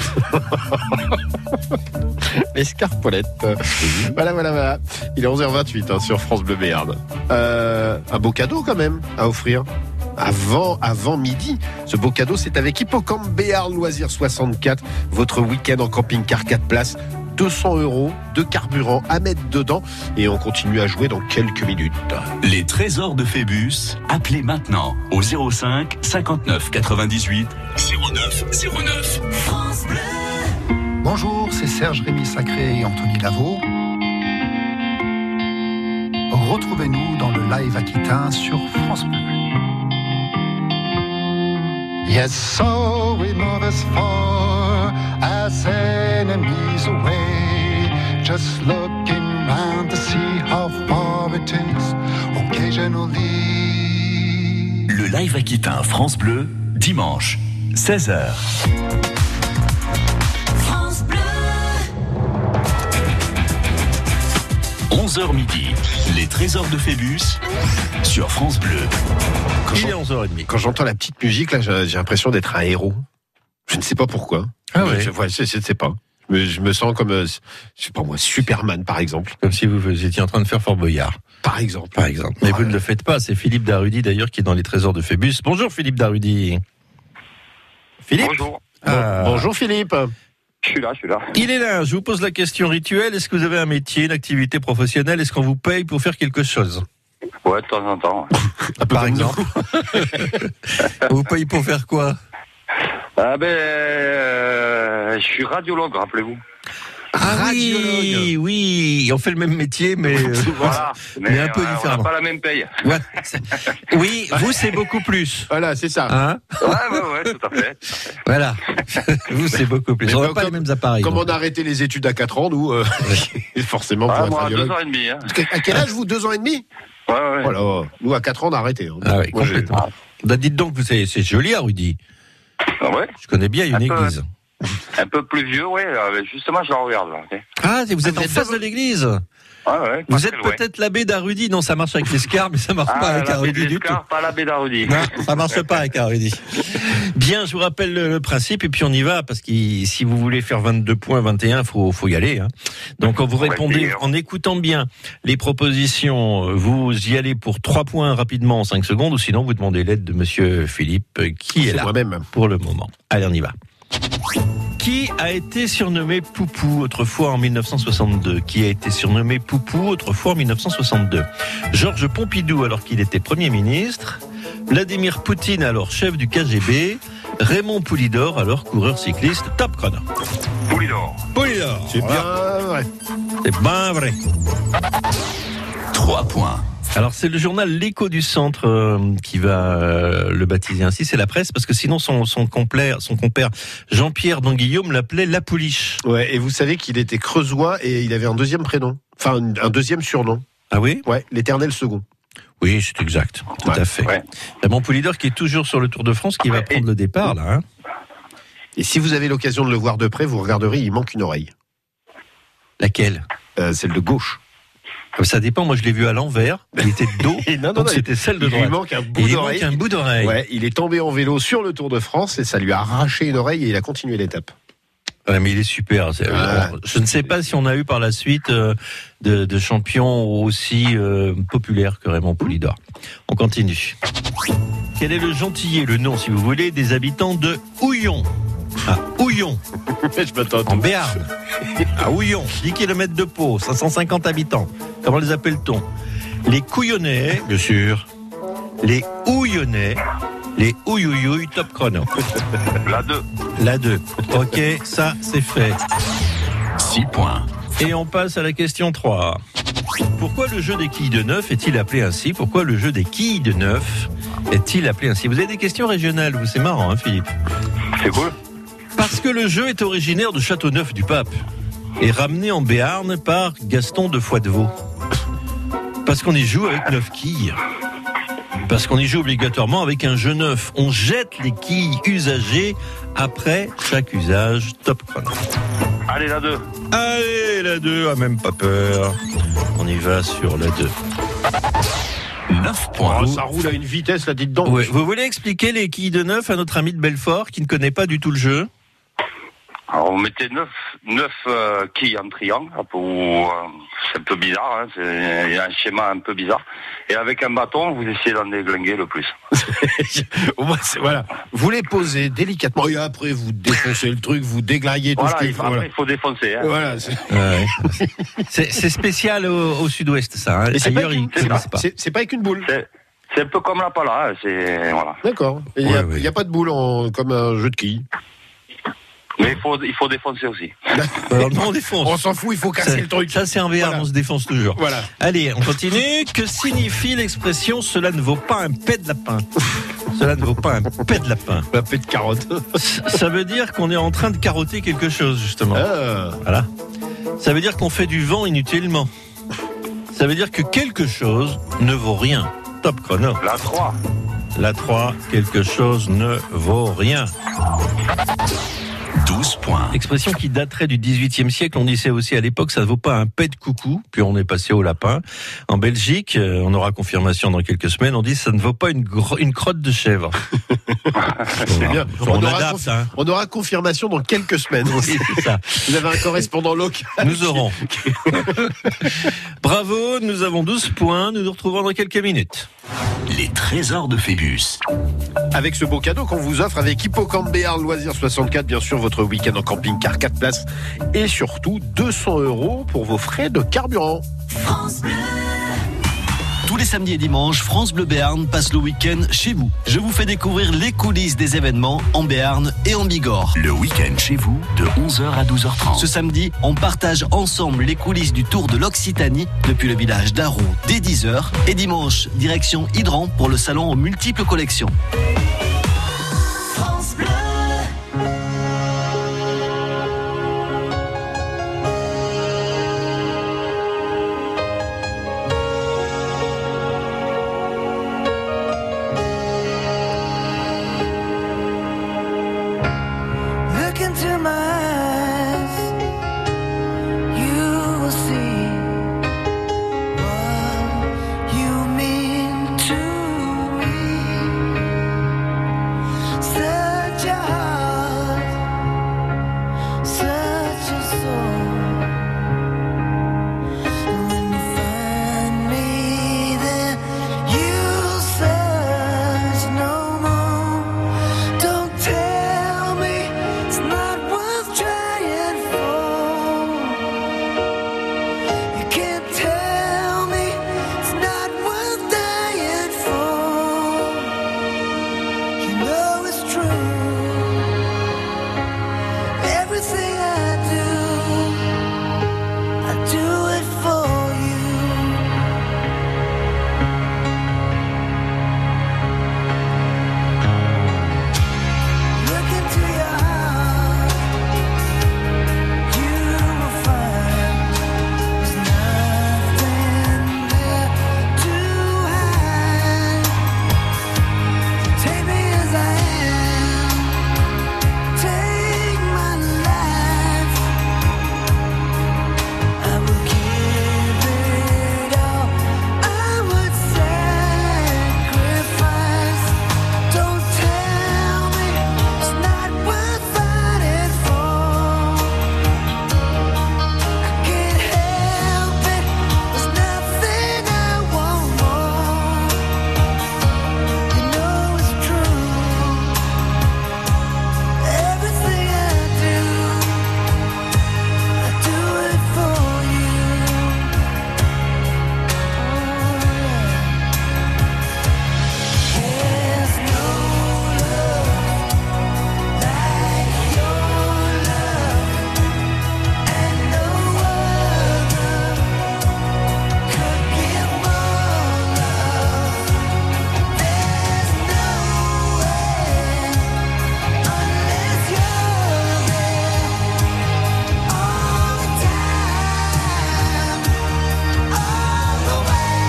Escarpolette. Voilà. Il est 11h28 hein, sur France Bleu Béarn. Un beau cadeau quand même à offrir. Avant midi. Ce beau cadeau, c'est avec Hippocampe Béarn Loisirs 64. Votre week-end en camping-car 4 places. 200 € de carburant à mettre dedans. Et on continue à jouer dans quelques minutes. Les trésors de Phébus. Appelez maintenant au 05 59 98 09 09. France Bleu. Bonjour, c'est Serge Rémy Sacré et Anthony Lavaux. Retrouvez-nous dans le live aquitain sur France Bleu. Yes, so we move as far as enemies away, just looking round to see how far it is occasionally. Le live aquitain France Bleu, dimanche, 16h. France Bleu. 11h midi. Les trésors de Phébus sur France Bleu. Il est 11h30. Quand j'entends la petite musique, là, j'ai l'impression d'être un héros. Je ne sais pas pourquoi. Ah ouais. Je ne sais pas. Je me sens comme, je sais pas moi, Superman, par exemple. Comme si vous étiez en train de faire Fort Boyard, Par exemple. par exemple. Mais vous ne le faites pas, c'est Philippe Darudy d'ailleurs qui est dans les trésors de Phébus. Bonjour Philippe Darudy. Philippe. Bonjour. Bonjour Philippe. Je suis là. Il est là, je vous pose la question rituelle. Est-ce que vous avez un métier, une activité professionnelle? Est-ce qu'on vous paye pour faire quelque chose? Ouais, de temps en temps. Par exemple. On vous paye pour faire quoi? Ah je suis radiologue, rappelez-vous. Ah, Radiologue. Oui, on fait le même métier, mais, Voilà. mais un peu On n'a différemment. pas la même paye. Ouais. Oui, vous, c'est beaucoup plus. Voilà, c'est ça. Hein? Ouais, tout à fait. Voilà. Vous, c'est beaucoup plus. Mais On n'a bon, pas les mêmes appareils. Comme donc. on a arrêté les études à 4 ans, nous, forcément, pour Ah, être moi, radiologue. 2 ans et demi. Hein. À quel âge, vous 2 ans et demi? Ouais. Voilà, nous, à 4 ans, on a arrêté. Hein. Ah oui, Moi, j'ai- complètement. Bah, dites donc, c'est joli à Rudy. Ah ouais. Je connais bien une Un peu. église. Un peu plus vieux, ouais. Justement, je la regarde là. Ok. Ah, vous êtes vous en êtes face de devant- l'église. Ouais. Vous êtes peut-être l'abbé d'Arudi. Non, ça marche avec l'Escar, mais ça marche pas avec Arudi du tout. Pas l'abbé d'Arudi. Non, ça marche pas avec Arudi. Bien, je vous rappelle le principe et puis on y va parce que si vous voulez faire 22 points, 21, faut y aller. Hein. Donc, vous répondez en écoutant bien les propositions. Vous y allez pour 3 points rapidement en 5 secondes ou sinon vous demandez l'aide de Monsieur Philippe qui est C'est là moi-même. pour le moment. Allez, on y va. Qui a été surnommé Poupou autrefois en 1962? Qui a été surnommé Poupou autrefois en 1962? Georges Pompidou alors qu'il était Premier ministre, Vladimir Poutine alors chef du KGB, Raymond Poulidor alors coureur cycliste. Top chrono. Poulidor. Poulidor. C'est bien vrai. C'est bien vrai. 3 points. Alors c'est le journal L'Écho du Centre qui va le baptiser ainsi, c'est la presse, parce que sinon son compère Jean-Pierre Danguillaume l'appelait La Pouliche. Ouais, et vous savez qu'il était creusois et il avait un deuxième prénom. Enfin, un deuxième surnom. Ah oui? Ouais, l'Éternel Second. Oui, c'est exact, tout à fait. Ouais. Raymond Poulidor qui est toujours sur le Tour de France, qui va prendre le départ là. Hein. Et si vous avez l'occasion de le voir de près, vous regarderez, il manque une oreille. Laquelle? Celle de gauche. Ça dépend, moi je l'ai vu à l'envers, il était de dos, Non, donc c'était celle de Il lui droite. manque un bout Et il d'oreille. manque un bout d'oreille. Ouais, il est tombé en vélo sur le Tour de France et ça lui a arraché une oreille et il a continué l'étape. Ouais, mais il est super. Ah. Je ne sais pas si on a eu par la suite de champions aussi populaires que Raymond Poulidor. On continue. Quel est le gentillet, le nom si vous voulez, des habitants de Houillon? À Houillon, Je m'attends. en Béarn. À Houillon, 10 km de Pau, 550 habitants. Comment les appelle-t-on? Les Couillonnais, bien sûr. Les Houillonnais. Les Houillouillouilles, top chrono. La 2. La 2. Ok, ça c'est fait. 6 points. Et on passe à la question 3. Pourquoi le jeu des quilles de neuf est-il appelé ainsi? Pourquoi le jeu des quilles de neuf est-il appelé ainsi? Vous avez des questions régionales, vous, c'est marrant, hein, Philippe? C'est cool. Parce que le jeu est originaire de Châteauneuf-du-Pape et ramené en Béarn par Gaston de Foix-de-Vaux. Parce qu'on y joue avec 9 quilles. Parce qu'on y joue obligatoirement avec un jeu neuf. On jette les quilles usagées après chaque usage. Top chrono. Allez, la 2. Allez, la 2, même pas peur. On y va sur la 2. 9 points. Oh, ça roule à une vitesse, là, dites donc. Ouais. Vous voulez expliquer les quilles de neuf à notre ami de Belfort qui ne connaît pas du tout le jeu? Alors, on mettait 9 quilles en triangle. C'est un peu bizarre, hein, il y a un schéma un peu bizarre. Et avec un bâton, vous essayez d'en déglinguer le plus. Au moins, voilà. Vous les posez délicatement et après vous défoncez le truc, vous déglinguez tout Voilà, ce qu'il faut. après, il faut défoncer. Hein. Voilà. Ouais. C'est spécial au sud-ouest, ça. Hein. Et c'est pas Ailleurs, ils qu'une- ne connaissent pas. c'est pas avec une boule. C'est un peu comme la pala, hein, c'est... Voilà. D'accord. Il n'y a, Ouais. il y a pas de boule comme un jeu de quilles. Mais il faut défoncer aussi. Alors, non, on défonce. On s'en fout, il faut casser le truc. Ça, c'est un VR, Voilà. on se défonce toujours. Voilà. Allez, on continue. Que signifie l'expression « cela ne vaut pas un pet de lapin » ? Cela ne vaut pas un pet de lapin. La paix de carotte. Ça veut dire qu'on est en train de carotter quelque chose, justement. Ah. Voilà. Ça veut dire qu'on fait du vent inutilement. Ça veut dire que quelque chose ne vaut rien. Top chrono. La 3. La 3, quelque chose ne vaut rien. 12 points. Expression qui daterait du XVIIIe siècle. On disait aussi à l'époque, ça ne vaut pas un pet de coucou. Puis on est passé au lapin. En Belgique, on aura confirmation dans quelques semaines. On dit ça ne vaut pas une crotte de chèvre. C'est bien. On adapte, hein. On aura confirmation dans quelques semaines. Oui, c'est ça. Vous avez un correspondant local. Nous aurons. Bravo, nous avons 12 points. Nous nous retrouvons dans quelques minutes. Les trésors de Phébus. Avec ce beau cadeau qu'on vous offre avec Hippocampe Béarn Loisirs 64, bien sûr, votre week-end en camping-car 4 places et surtout 200 € pour vos frais de carburant. France Bleu. Tous Tous les samedis et dimanches, France Bleu Béarn passe le week-end chez vous. Je vous fais découvrir les coulisses des événements en Béarn et en Bigorre. Le week-end chez vous de 11h à 12h30. Ce samedi, on partage ensemble les coulisses du Tour de l'Occitanie depuis le village d'Arroux dès 10h. Et dimanche, direction Hydran pour le salon aux multiples collections. France Bleu. Look into my eyes, you will see what you mean to me. Such a heart, such a soul. And when you find me there, you'll search no more. Don't tell me it's not worth trying for. You can't tell me it's not worth dying for. You know it's true. Everything I do it for you. Look into your heart, you will find there's nothing there to hide. Take me as I am, take my life. I will give it all, I would sacrifice. Don't tell me it's not worth fighting for. I can't help it, there's nothing I want more. You know it's true. Everything I do it for you. There's no love like your love, and no other could give more love. There's no way unless you're there all the time, all the way.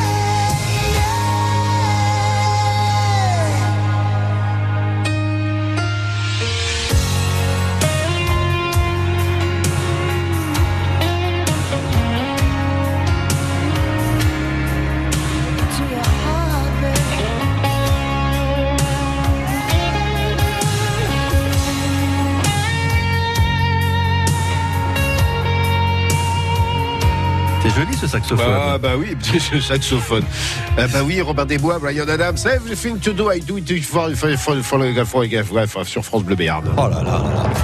To your heart, baby. C'est joli ce saxophone. Ah bah oui, ce saxophone. Bah oui, Robin des Bois, Brian Adams, Everything to do, I do it for sur France Bleu Béarn. Oh là là.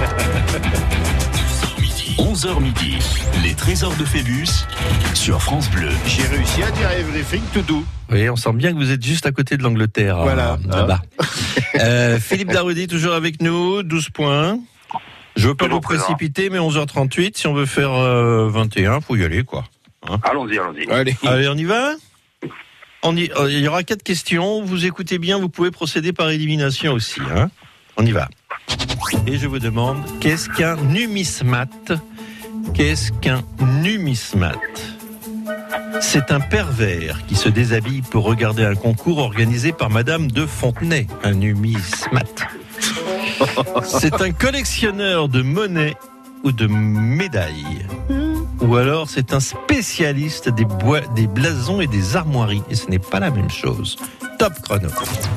11h midi, les trésors de Phébus sur France Bleu. J'ai réussi à dire Everything to do. Oui, on sent bien que vous êtes juste à côté de l'Angleterre. Voilà. Là-bas. Philippe Darudy, toujours avec nous, 12 points. Je veux pas vous précipiter, mais 11h38, si on veut faire 21, faut y aller, quoi. Hein? Allons-y. Allez. Allez, on y va? Il y aura 4 questions. Vous écoutez bien, vous pouvez procéder par élimination aussi. Hein? On y va. Et je vous demande, qu'est-ce qu'un numismate? Qu'est-ce qu'un numismate? C'est un pervers qui se déshabille pour regarder un concours organisé par Madame de Fontenay. Un numismate. C'est un collectionneur de monnaies ou de médailles. Ou alors c'est un spécialiste des blasons et des armoiries. Et ce n'est pas la même chose. Top chrono.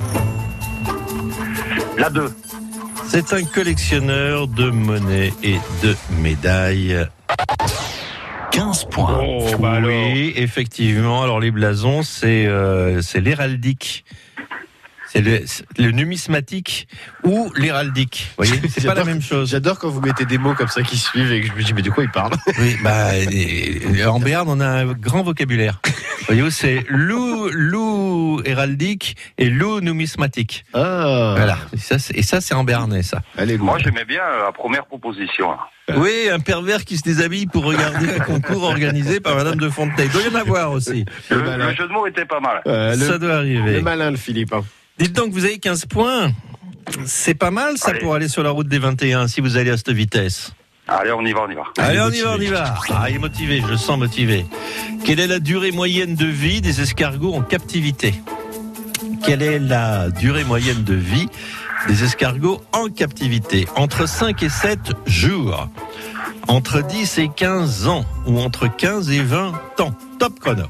La 2. C'est un collectionneur de monnaies et de médailles. 15 points. Oh, bah alors. Oui, effectivement. Alors les blasons, c'est l'héraldique. C'est le numismatique ou l'héraldique. Vous voyez, c'est pas la même chose. J'adore quand vous mettez des mots comme ça qui suivent et que je me dis mais de quoi il parle? Oui, en Béarn, on a un grand vocabulaire. Voyez-vous, c'est loup héraldique et loup numismatique. Ah. Voilà. Et ça, c'est en béarnais, ça. Allez, Moi, j'aimais bien la première proposition. Oui, un pervers qui se déshabille pour regarder un concours organisé par Madame de Fontenay. Il doit y en avoir aussi. Le jeu de mots était pas mal. Ça doit arriver. Le malin, le Philippe. Hein. Dites donc, vous avez 15 points. C'est pas mal, ça, Allez. pour aller sur la route des 21, si vous allez à cette vitesse. Allez, on y va. Allez, on y va. Ah, il est motivé, je le sens motivé. Quelle est la durée moyenne de vie des escargots en captivité ? Quelle est la durée moyenne de vie des escargots en captivité ? Entre 5 et 7 jours, entre 10 et 15 ans, ou entre 15 et 20 ans. Top chrono.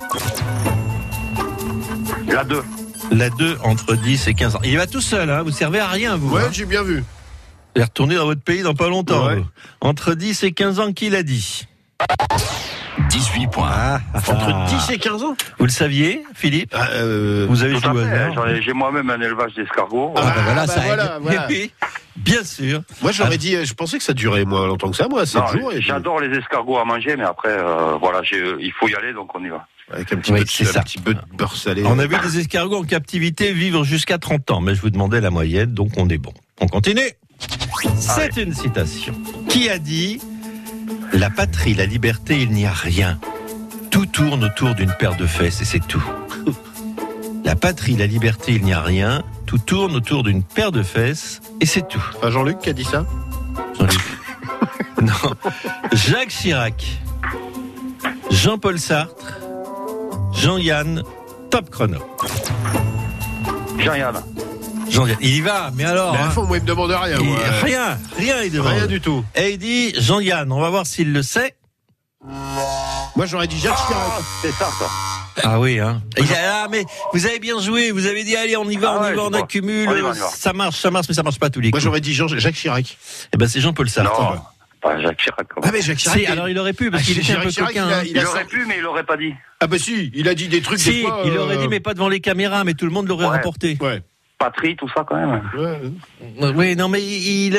La 2. La 2 entre 10 et 15 ans. Il va tout seul, hein, vous servez à rien, vous. Ouais, hein. j'ai bien vu. Vous allez retourner dans votre pays dans pas longtemps. Ouais. Vous. Entre 10 et 15 ans, qui l'a dit ? 18 points. Entre 10 et 15 ans. Vous le saviez, Philippe ? Vous avez Tout à joué au fait. hasard. J'ai moi-même un élevage d'escargots. Ah, voilà, bah ça voilà, aide. voilà. Oui, bien sûr. Moi, j'aurais dit, je pensais que ça durait moins longtemps que ça, moi, 7 Non, jours. Et puis, j'adore les escargots à manger, mais après, voilà, il faut y aller, donc on y va. avec un petit, Oui, peu, c'est ça. un petit peu de beurre salé. On a vu des escargots en captivité vivre jusqu'à 30 ans, mais je vous demandais la moyenne, donc on est bon. On continue. C'est une citation. Qui a dit « La patrie, la liberté, il n'y a rien. Tout tourne autour d'une paire de fesses et c'est tout. » La patrie, la liberté, il n'y a rien. Tout tourne autour d'une paire de fesses et c'est tout. Pas Jean-Luc qui a dit ça? Jean-Luc. Non. Jacques Chirac. Jean-Paul Sartre. Jean-Yann. Top chrono. Jean-Yann. Jean-Yann. Il y va, mais alors. Mais à hein, fond, moi, il me demande rien. il- Moi. rien, il demande. Rien du tout. Et il dit Jean-Yann. On va voir s'il le sait. Moi, j'aurais dit Jacques Chirac. C'est ça. Ah oui, hein. Mais vous avez bien joué. Vous avez dit allez, on y va, Ah ouais, on je vois. accumule. On y va. Ça marche, mais ça marche pas tous les Moi, coups. j'aurais dit Jacques Chirac. Eh ben, c'est Jean-Paul Sartre. Non, pas Jacques Chirac. quand Ah, même. mais Jacques Chirac. Si, alors il aurait pu parce Ah, qu'il était un peu Chirac, coquin. hein. Il aurait pu, mais il aurait pas dit. Ah, bah si, il a dit des trucs des Si, fois. il aurait dit mais pas devant les caméras, mais tout le monde l'aurait Ouais. rapporté. Ouais. Patrie, tout ça, quand même. Oui, non, mais il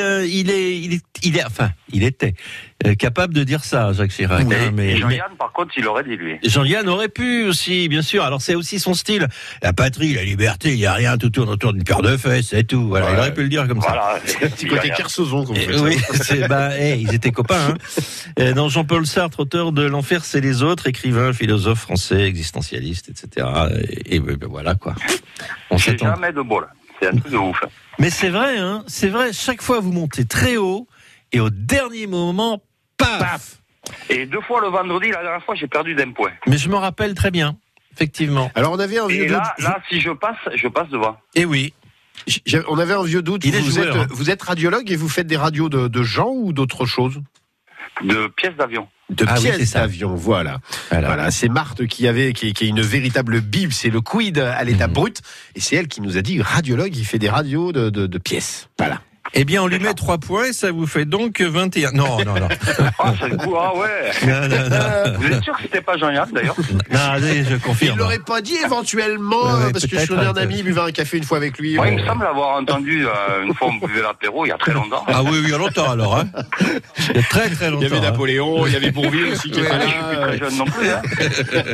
était capable de dire ça, Jacques Chirac. Et, hein, mais Jean-Yann, par contre, il aurait dit, lui. Jean-Yann aurait pu aussi, bien sûr. Alors c'est aussi son style. La patrie, la liberté, il n'y a rien, tout tourne autour d'une paire de fesses, c'est tout. Voilà, Ouais. il aurait pu le dire comme ça. Voilà. Petit côté Kersozon, comme vous faites Oui, ça. ils étaient copains. Hein. Dans Jean-Paul Sartre, auteur de L'Enfer, c'est les autres, écrivain, philosophe français, existentialiste, etc. Et voilà quoi. On J'ai s'attend. jamais de bol. C'est un truc de ouf. Mais c'est vrai, hein, c'est vrai. Chaque fois, vous montez très haut et au dernier moment, paf. Et 2 fois le vendredi, la dernière fois, j'ai perdu d'un point. Mais je me rappelle très bien, effectivement. Alors, on avait un vieux Et doute. là, si je passe devant. Et oui. On avait un vieux doute. Il est Vous joueur, hein. vous êtes radiologue et vous faites des radios de gens ou d'autres choses? De pièces d'avion. De Ah oui, c'est pièces ça. d'avion, voilà. Voilà, c'est Marthe qui est une véritable bible, c'est le quid à l'état brut, et c'est elle qui nous a dit radiologue, il fait des radios de pièces. Voilà. Eh bien, on lui met 3 points et ça vous fait donc 21. Non. Ah, c'est le coup, ah ouais. Non. Vous êtes sûr que c'était pas Jean-Yann, d'ailleurs? Non, allez, je Il confirme. l'aurait pas dit éventuellement, Ouais, parce que je peut-être, connais un peut-être. ami, buvait un café une fois avec lui. Moi, il me semble avoir entendu une fois on buvait l'apéro il y a très longtemps. Ah oui, il y a longtemps alors. Hein. Il y a très très Il longtemps. y avait hein. Napoléon, il y avait Bourville aussi qui était Je suis plus là. très jeune non plus. Hein.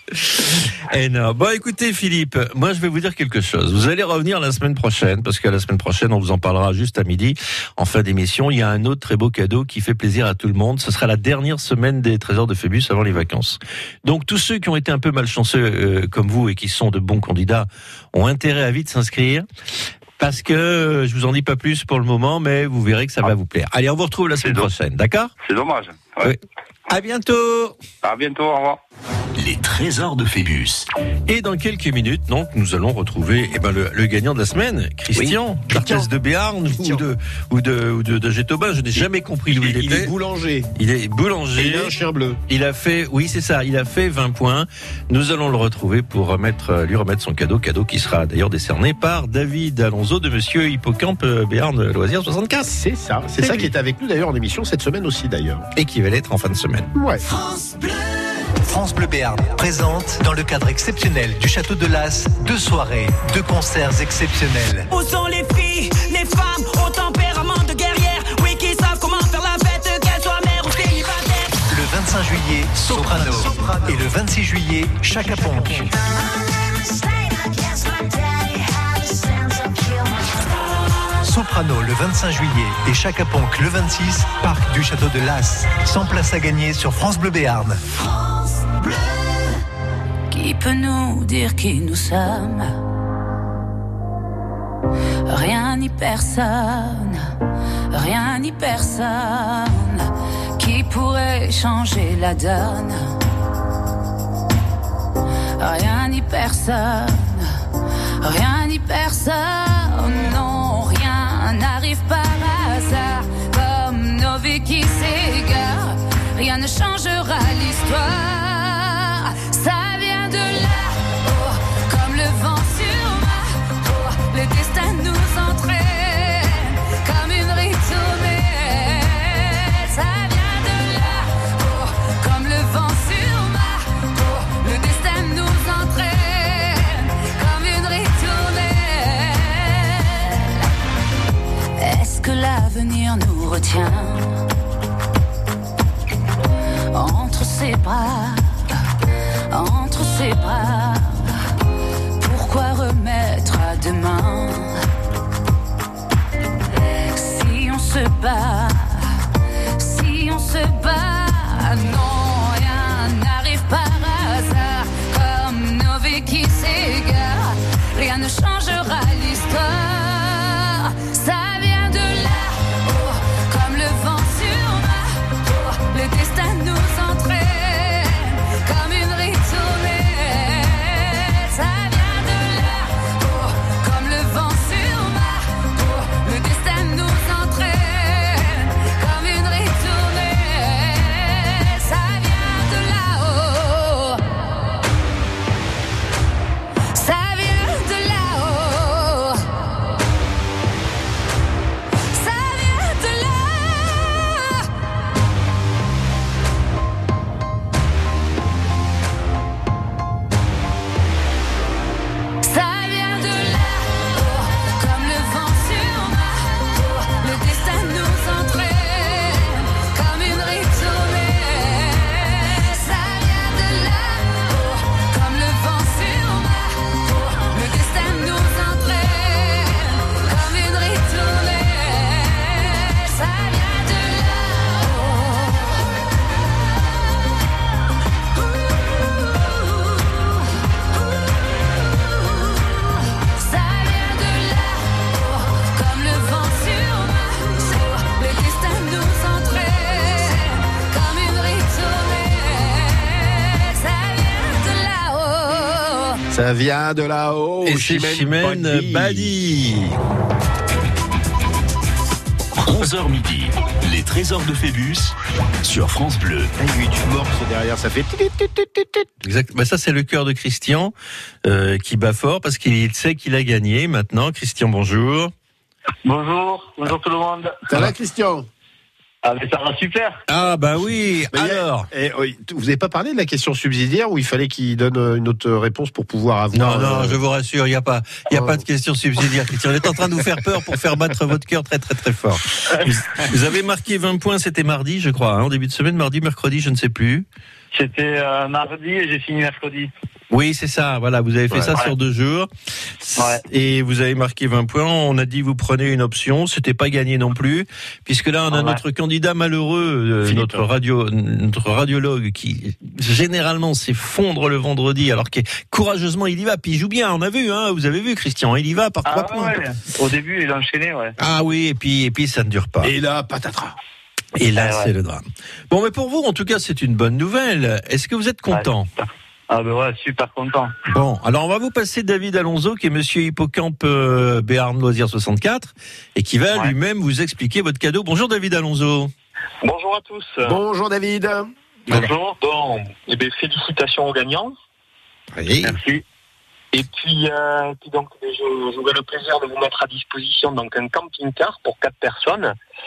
Eh non. Bon, écoutez, Philippe, moi je vais vous dire quelque chose. Vous allez revenir la semaine prochaine, parce que la semaine prochaine, on vous en parlera juste à midi, en fin d'émission. Il y a un autre très beau cadeau qui fait plaisir à tout le monde. Ce sera la dernière semaine des Trésors de Phébus avant les vacances. Donc tous ceux qui ont été un peu malchanceux comme vous et qui sont de bons candidats ont intérêt à vite s'inscrire. Parce que je vous en dis pas plus pour le moment, mais vous verrez que ça va vous plaire. Allez, on vous retrouve la semaine prochaine, d'accord? C'est dommage. Ouais. Oui. À bientôt. À bientôt, au revoir. Les Trésors de Phébus. Et dans quelques minutes, donc, nous allons retrouver le gagnant de la semaine, Christian, d'Arthès de Béarn ou de Gétobin. Je n'ai jamais compris où il Il est était. boulanger. Il est boulanger. Et il a un chien bleu. Il a fait, oui, c'est ça, il a fait 20 points. Nous allons le retrouver pour lui remettre son cadeau qui sera d'ailleurs décerné par David Alonso de Monsieur Hippocampe Béarn Loisirs 64. C'est ça. C'est ça qui est avec nous d'ailleurs en émission cette semaine aussi d'ailleurs. Et qui va l'être en fin de semaine. Ouais. France Bleu Béarn présente, dans le cadre exceptionnel du Château de Las, 2 soirées, 2 concerts exceptionnels. Où sont les filles, les femmes au tempérament de guerrière? Oui, qui savent comment faire la fête, qu'elles soient mères ou célibataires. Le 25 juillet, Soprano Soprano. Et le 26 juillet, Chaka Ponk. Soprano le 25 juillet et Chaka Ponk le 26, parc du Château de Las. 100 places à gagner sur France Bleu Béarn. Qui peut nous dire qui nous sommes? Rien ni personne, rien ni personne qui pourrait changer la donne. Rien ni personne, rien ni personne, non, rien n'arrive par hasard. Comme nos vies qui s'égarent, rien ne changera l'histoire. Ça vient de là-haut, comme le vent sur ma peau. Le destin nous entraîne comme une ritournelle. Ça vient de là-haut, comme le vent sur ma peau. Le destin nous entraîne comme une ritournelle. Est-ce que l'avenir nous retient entre ses bras? Entre ses bras, pourquoi remettre à demain? Si on se bat, si on se bat, non, rien n'arrive par hasard. Comme nos vies qui s'égarent, rien ne changera l'histoire. Ça vient de là-haut, comme le vent sur ma peau. Le destin nous entraîne comme une ritournelle. Ça vient de là-haut, comme le vent sur ma peau. Le destin nous entraîne comme une ritournelle. Ça vient de là-haut. Ça vient de là-haut. Ça vient de là. Ça vient de là-haut, comme le vent sur ma peau. Le destin nous entraîne comme une ritournelle. Ça vient de là-haut, comme le vent sur ma peau. Le destin nous entraîne comme une ritournelle. Ça vient de Ça vient de là-haut, comme le vent sur ma peau. Le destin nous entraîne comme une ritournelle. Ça vient de là-haut. Ça vient de là-haut. Et c'est Chimène Badi. 11h midi, les trésors de Phébus sur France Bleu. Ah, il y a eu du morse derrière, ça fait. Exact. Bah ça c'est le cœur de Christian qui bat fort parce qu'il sait qu'il a gagné maintenant. Christian, bonjour. Bonjour, bonjour tout le monde. Ça va, Christian? Ah, mais ça va super. Ah bah oui. Mais Alors. Vous n'avez pas parlé de la question subsidiaire où il fallait qu'il donne une autre réponse pour pouvoir avoir. Non, je vous rassure, il n'y a pas de question subsidiaire, Christian. On est en train de vous faire peur pour faire battre votre cœur très très très fort. Vous avez marqué 20 points, c'était mardi, je crois, en début de semaine, mardi, mercredi, je ne sais plus. C'était mardi et j'ai fini mercredi. Oui, c'est ça, voilà, vous avez fait ça sur 2 jours. Ouais. Et vous avez marqué 20 points. On a dit vous prenez une option, c'était pas gagné non plus, puisque là on a notre candidat malheureux, notre radiologue qui généralement s'effondre le vendredi, alors que courageusement il y va, puis il joue bien. On a vu, hein, vous avez vu Christian, il y va par 3 points. Ouais. Au début il a enchaîné, ouais. Ah oui, et puis ça ne dure pas. Et là, patatras. Et là, c'est le drame. Bon, mais pour vous, en tout cas, c'est une bonne nouvelle. Est-ce que vous êtes content? Ah ben ouais, super content. Bon, alors on va vous passer David Alonso, qui est monsieur Hippocampe Béarn Loisirs 64, et qui va lui-même vous expliquer votre cadeau. Bonjour David Alonso. Bonjour à tous. Bonjour David. Bonjour. Bon, eh bien, félicitations aux gagnants. Oui. Merci. Et puis donc, j'aurai le plaisir de vous mettre à disposition donc un camping-car pour 4 personnes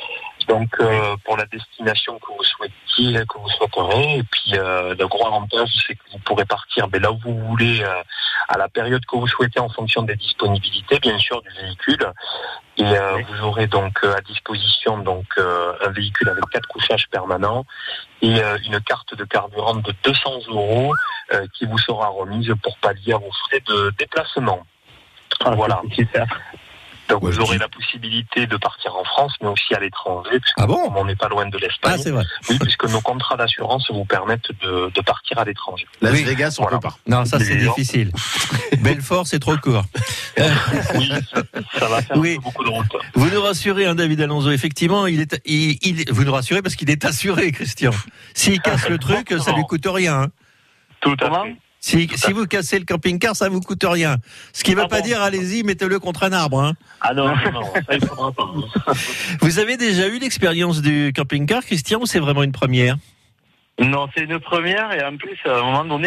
Donc pour la destination que vous souhaiterez, et puis le gros avantage c'est que vous pourrez partir là où vous voulez, à la période que vous souhaitez en fonction des disponibilités bien sûr du véhicule, et vous aurez donc à disposition un véhicule avec 4 couchages permanents et une carte de carburant de 200 € qui vous sera remise pour pallier à vos frais de déplacement. Voilà. Super. Donc vous aurez la possibilité de partir en France, mais aussi à l'étranger, puisque on n'est pas loin de l'Espagne. Ah, c'est vrai. Oui, puisque nos contrats d'assurance vous permettent de partir à l'étranger. Las Vegas, on peut pas. Non, ça c'est difficile. Belfort, c'est trop court. Oui, ça va faire beaucoup de route. Vous nous rassurez, David Alonso. Effectivement, vous nous rassurez parce qu'il est assuré, Christian. S'il casse le truc, ça lui coûte rien. Tout à fait. Si vous cassez le camping-car, ça vous coûte rien. Ce qui ne veut pas dire, allez-y, mettez-le contre un arbre. Hein. Ah non, ça il faudra pas. Vous avez déjà eu l'expérience du camping-car, Christian, ou c'est vraiment une première ? Non, c'est une première, et en plus, à un moment donné,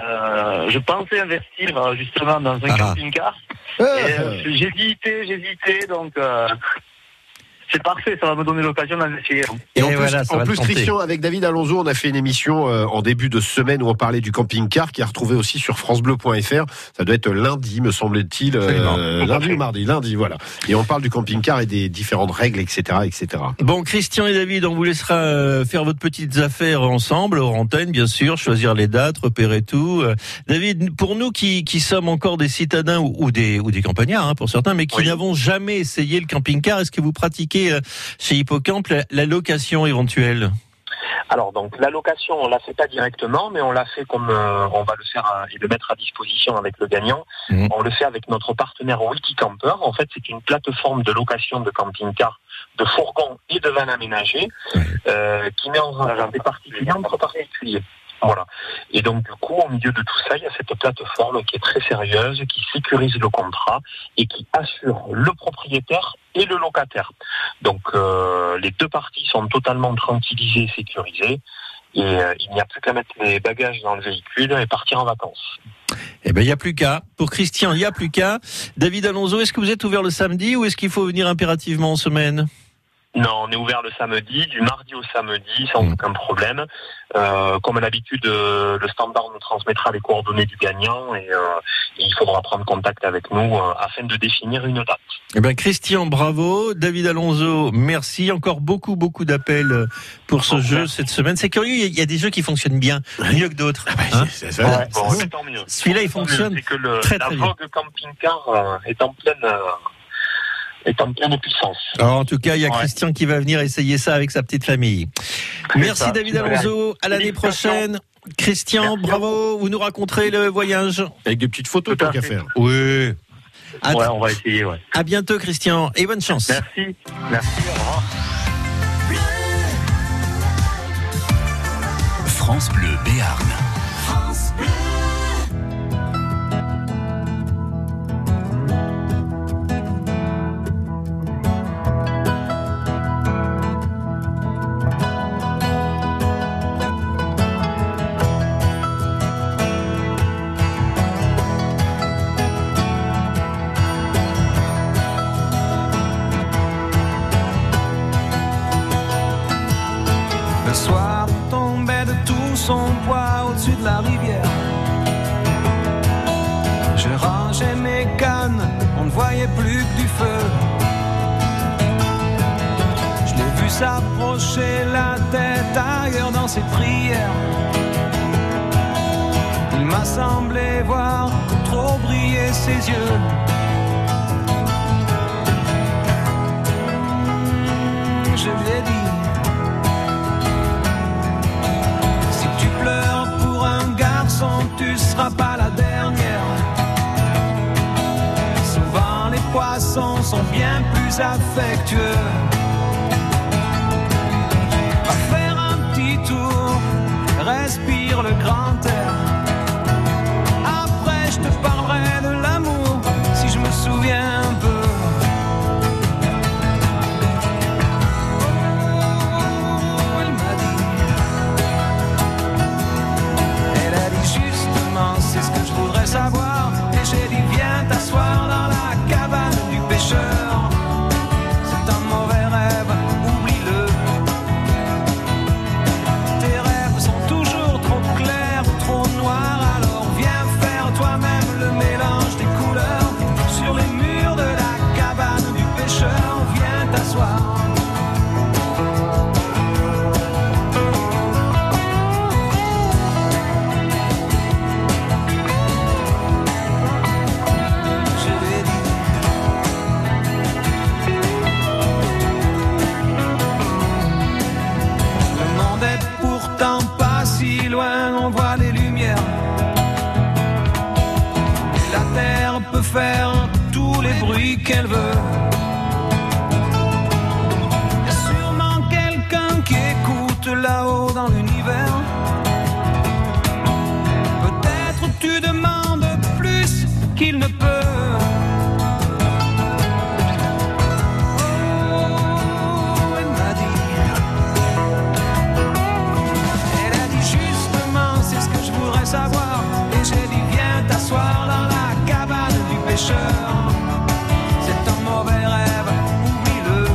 je pensais investir justement dans un camping-car. Et j'hésitais, donc... C'est parfait, ça va me donner l'occasion d'en essayer. Et en plus, Christian, avec David Alonso, on a fait une émission en début de semaine où on parlait du camping-car, qui est retrouvé aussi sur francebleu.fr. Ça doit être lundi, me semble-t-il, lundi ou mardi, voilà. Et on parle du camping-car et des différentes règles, etc., etc. Bon, Christian et David, on vous laissera faire votre petites affaires ensemble, hors antenne, bien sûr, choisir les dates, repérer tout. David, pour nous qui sommes encore des citadins ou des campagnards, pour certains, mais qui n'avons jamais essayé le camping-car, est-ce que vous pratiquez chez Hippocampe la location éventuelle? Alors donc la location, on la fait pas directement, mais on l'a fait comme on va le faire et le mettre à disposition avec le gagnant. On le fait avec notre partenaire Wikicamper. En fait, c'est une plateforme de location de camping-car, de fourgons et de vannes aménagées qui met en relation des particuliers entre particuliers. Voilà. Et donc du coup, au milieu de tout ça, il y a cette plateforme qui est très sérieuse, qui sécurise le contrat et qui assure le propriétaire et le locataire. Donc les deux parties sont totalement tranquillisées et sécurisées. Et il n'y a plus qu'à mettre les bagages dans le véhicule et partir en vacances. Eh ben, il n'y a plus qu'à. Pour Christian, il n'y a plus qu'à. David Alonso, est-ce que vous êtes ouvert le samedi ou est-ce qu'il faut venir impérativement en semaine ? Non, on est ouvert le samedi, du mardi au samedi, sans aucun problème. Comme à l'habitude, le standard nous transmettra les coordonnées du gagnant et il faudra prendre contact avec nous afin de définir une date. Eh ben, Christian, bravo. David Alonso, merci. Encore beaucoup d'appels pour ce jeu cette semaine. C'est curieux, il y a des jeux qui fonctionnent bien, mieux que d'autres. C'est tant mieux. Celui-là, il fonctionne très bien. La vogue camping-car est en pleine puissance. Alors, en tout cas, il y a Christian qui va venir essayer ça avec sa petite famille. Merci David Alonso, à l'année prochaine. Christian, bravo, vous nous raconterez le voyage. Avec des petites photos, tant qu'à faire. Oui. On va essayer, À bientôt Christian, et bonne chance. Merci, au revoir. France Bleu Béarn. France Bleu. Le soir tombait de tout son poids au-dessus de la rivière. Je rangeais mes cannes, on ne voyait plus que du feu. Je l'ai vu s'approcher la tête ailleurs dans ses prières. Il m'a semblé voir trop briller ses yeux. Je lui ai dit: pleure pour un garçon, tu seras pas la dernière. Souvent les poissons sont bien plus affectueux. Va faire un petit tour, respire le grand air. Après je te parlerai de l'amour, si je me souviens un peu. C'est ce que je voudrais savoir. Et j'ai dit viens t'asseoir dans la cabane du pêcheur. C'est un mauvais est pourtant pas si loin, on voit les lumières. Et la terre peut faire tous les bruits qu'elle veut. Y a sûrement quelqu'un qui écoute là-haut dans l'univers. Peut-être tu demandes plus qu'il ne peut. Savoir. Et j'ai dit viens t'asseoir dans la cabane du pêcheur. C'est un mauvais rêve, oublie-le.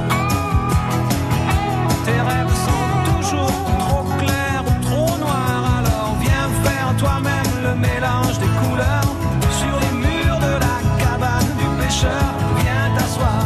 Tes rêves sont toujours trop clairs ou trop noirs. Alors viens faire toi-même le mélange des couleurs. Sur les murs de la cabane du pêcheur, viens t'asseoir.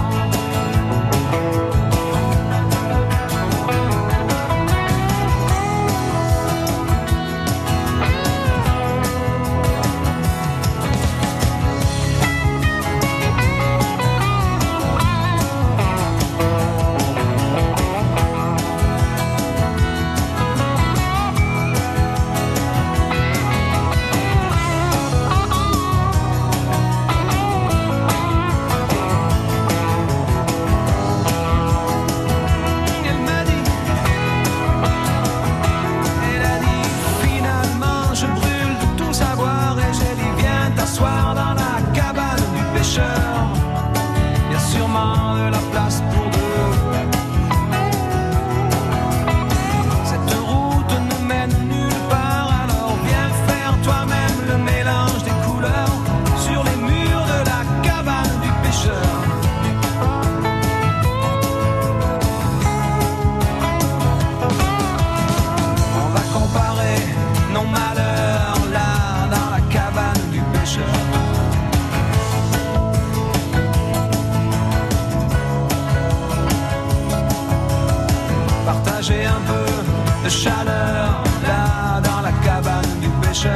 Partager un peu de chaleur là dans la cabane du pêcheur.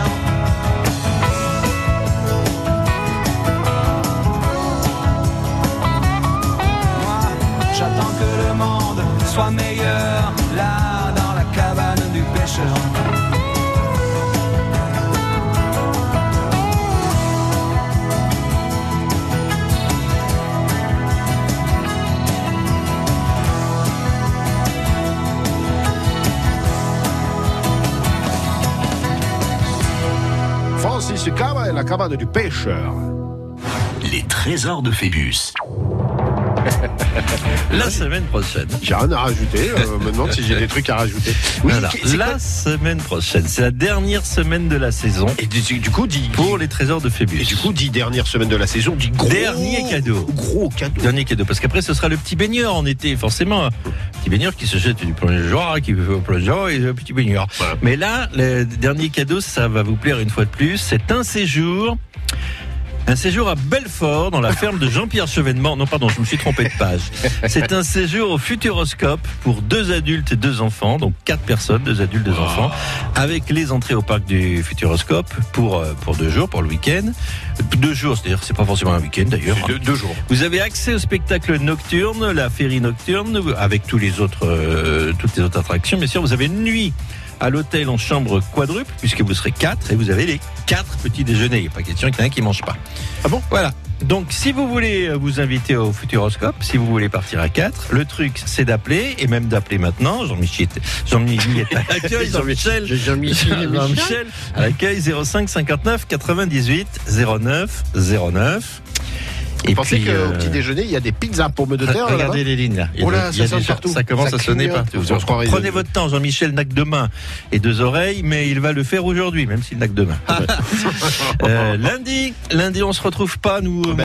Moi, j'attends que le monde soit meilleur là dans la cabane du pêcheur. Francis Cava et la cabane du pêcheur. Les trésors de Phébus. La semaine prochaine. J'ai rien à rajouter. Me demande si j'ai des trucs à rajouter. Oui, voilà. La semaine prochaine, c'est la dernière semaine de la saison. Et du coup, pour les trésors de Phébus. Et du coup, dit dernière semaine de la saison, dit gros. Dernier cadeau. Gros cadeau. Dernier cadeau. Parce qu'après, ce sera le petit baigneur en été, forcément. Petit baigneur qui se jette du plongeoir, qui fait au plongeoir et le petit baigneur. Voilà. Mais là, le dernier cadeau, ça va vous plaire une fois de plus. C'est un séjour à Belfort, dans la ferme de Jean-Pierre Chevènement. Non, pardon, je me suis trompé de page. C'est un séjour au Futuroscope pour 2 adultes et 2 enfants, donc 4 personnes, 2 adultes, 2 enfants, avec les entrées au parc du Futuroscope pour 2 jours, pour le week-end. 2 jours, c'est-à-dire c'est pas forcément un week-end d'ailleurs. 2 jours. Vous avez accès au spectacle nocturne, la féerie nocturne, avec toutes les autres attractions. Bien sûr, vous avez une nuit à l'hôtel en chambre quadruple, puisque vous serez 4 et vous avez les 4 petits déjeuners. Il n'y a pas question qu'il y en ait un qui ne mange pas. Ah bon ? Voilà. Donc, si vous voulez vous inviter au Futuroscope, si vous voulez partir à 4, le truc, c'est d'appeler, et même d'appeler maintenant. Jean-Michel est à l'accueil. Jean-Michel à l'accueil, 05 59 98 09 09. Vous pensez qu'au petit déjeuner, il y a des pizzas pour me de terre? Regardez les lignes là. Oh là, ça sonne partout. Ça commence à sonner partout. Prenez votre temps. Jean-Michel n'a que 2 mains et 2 oreilles, mais il va le faire aujourd'hui, même s'il n'a que 2 mains. Lundi, on se retrouve pas, nous.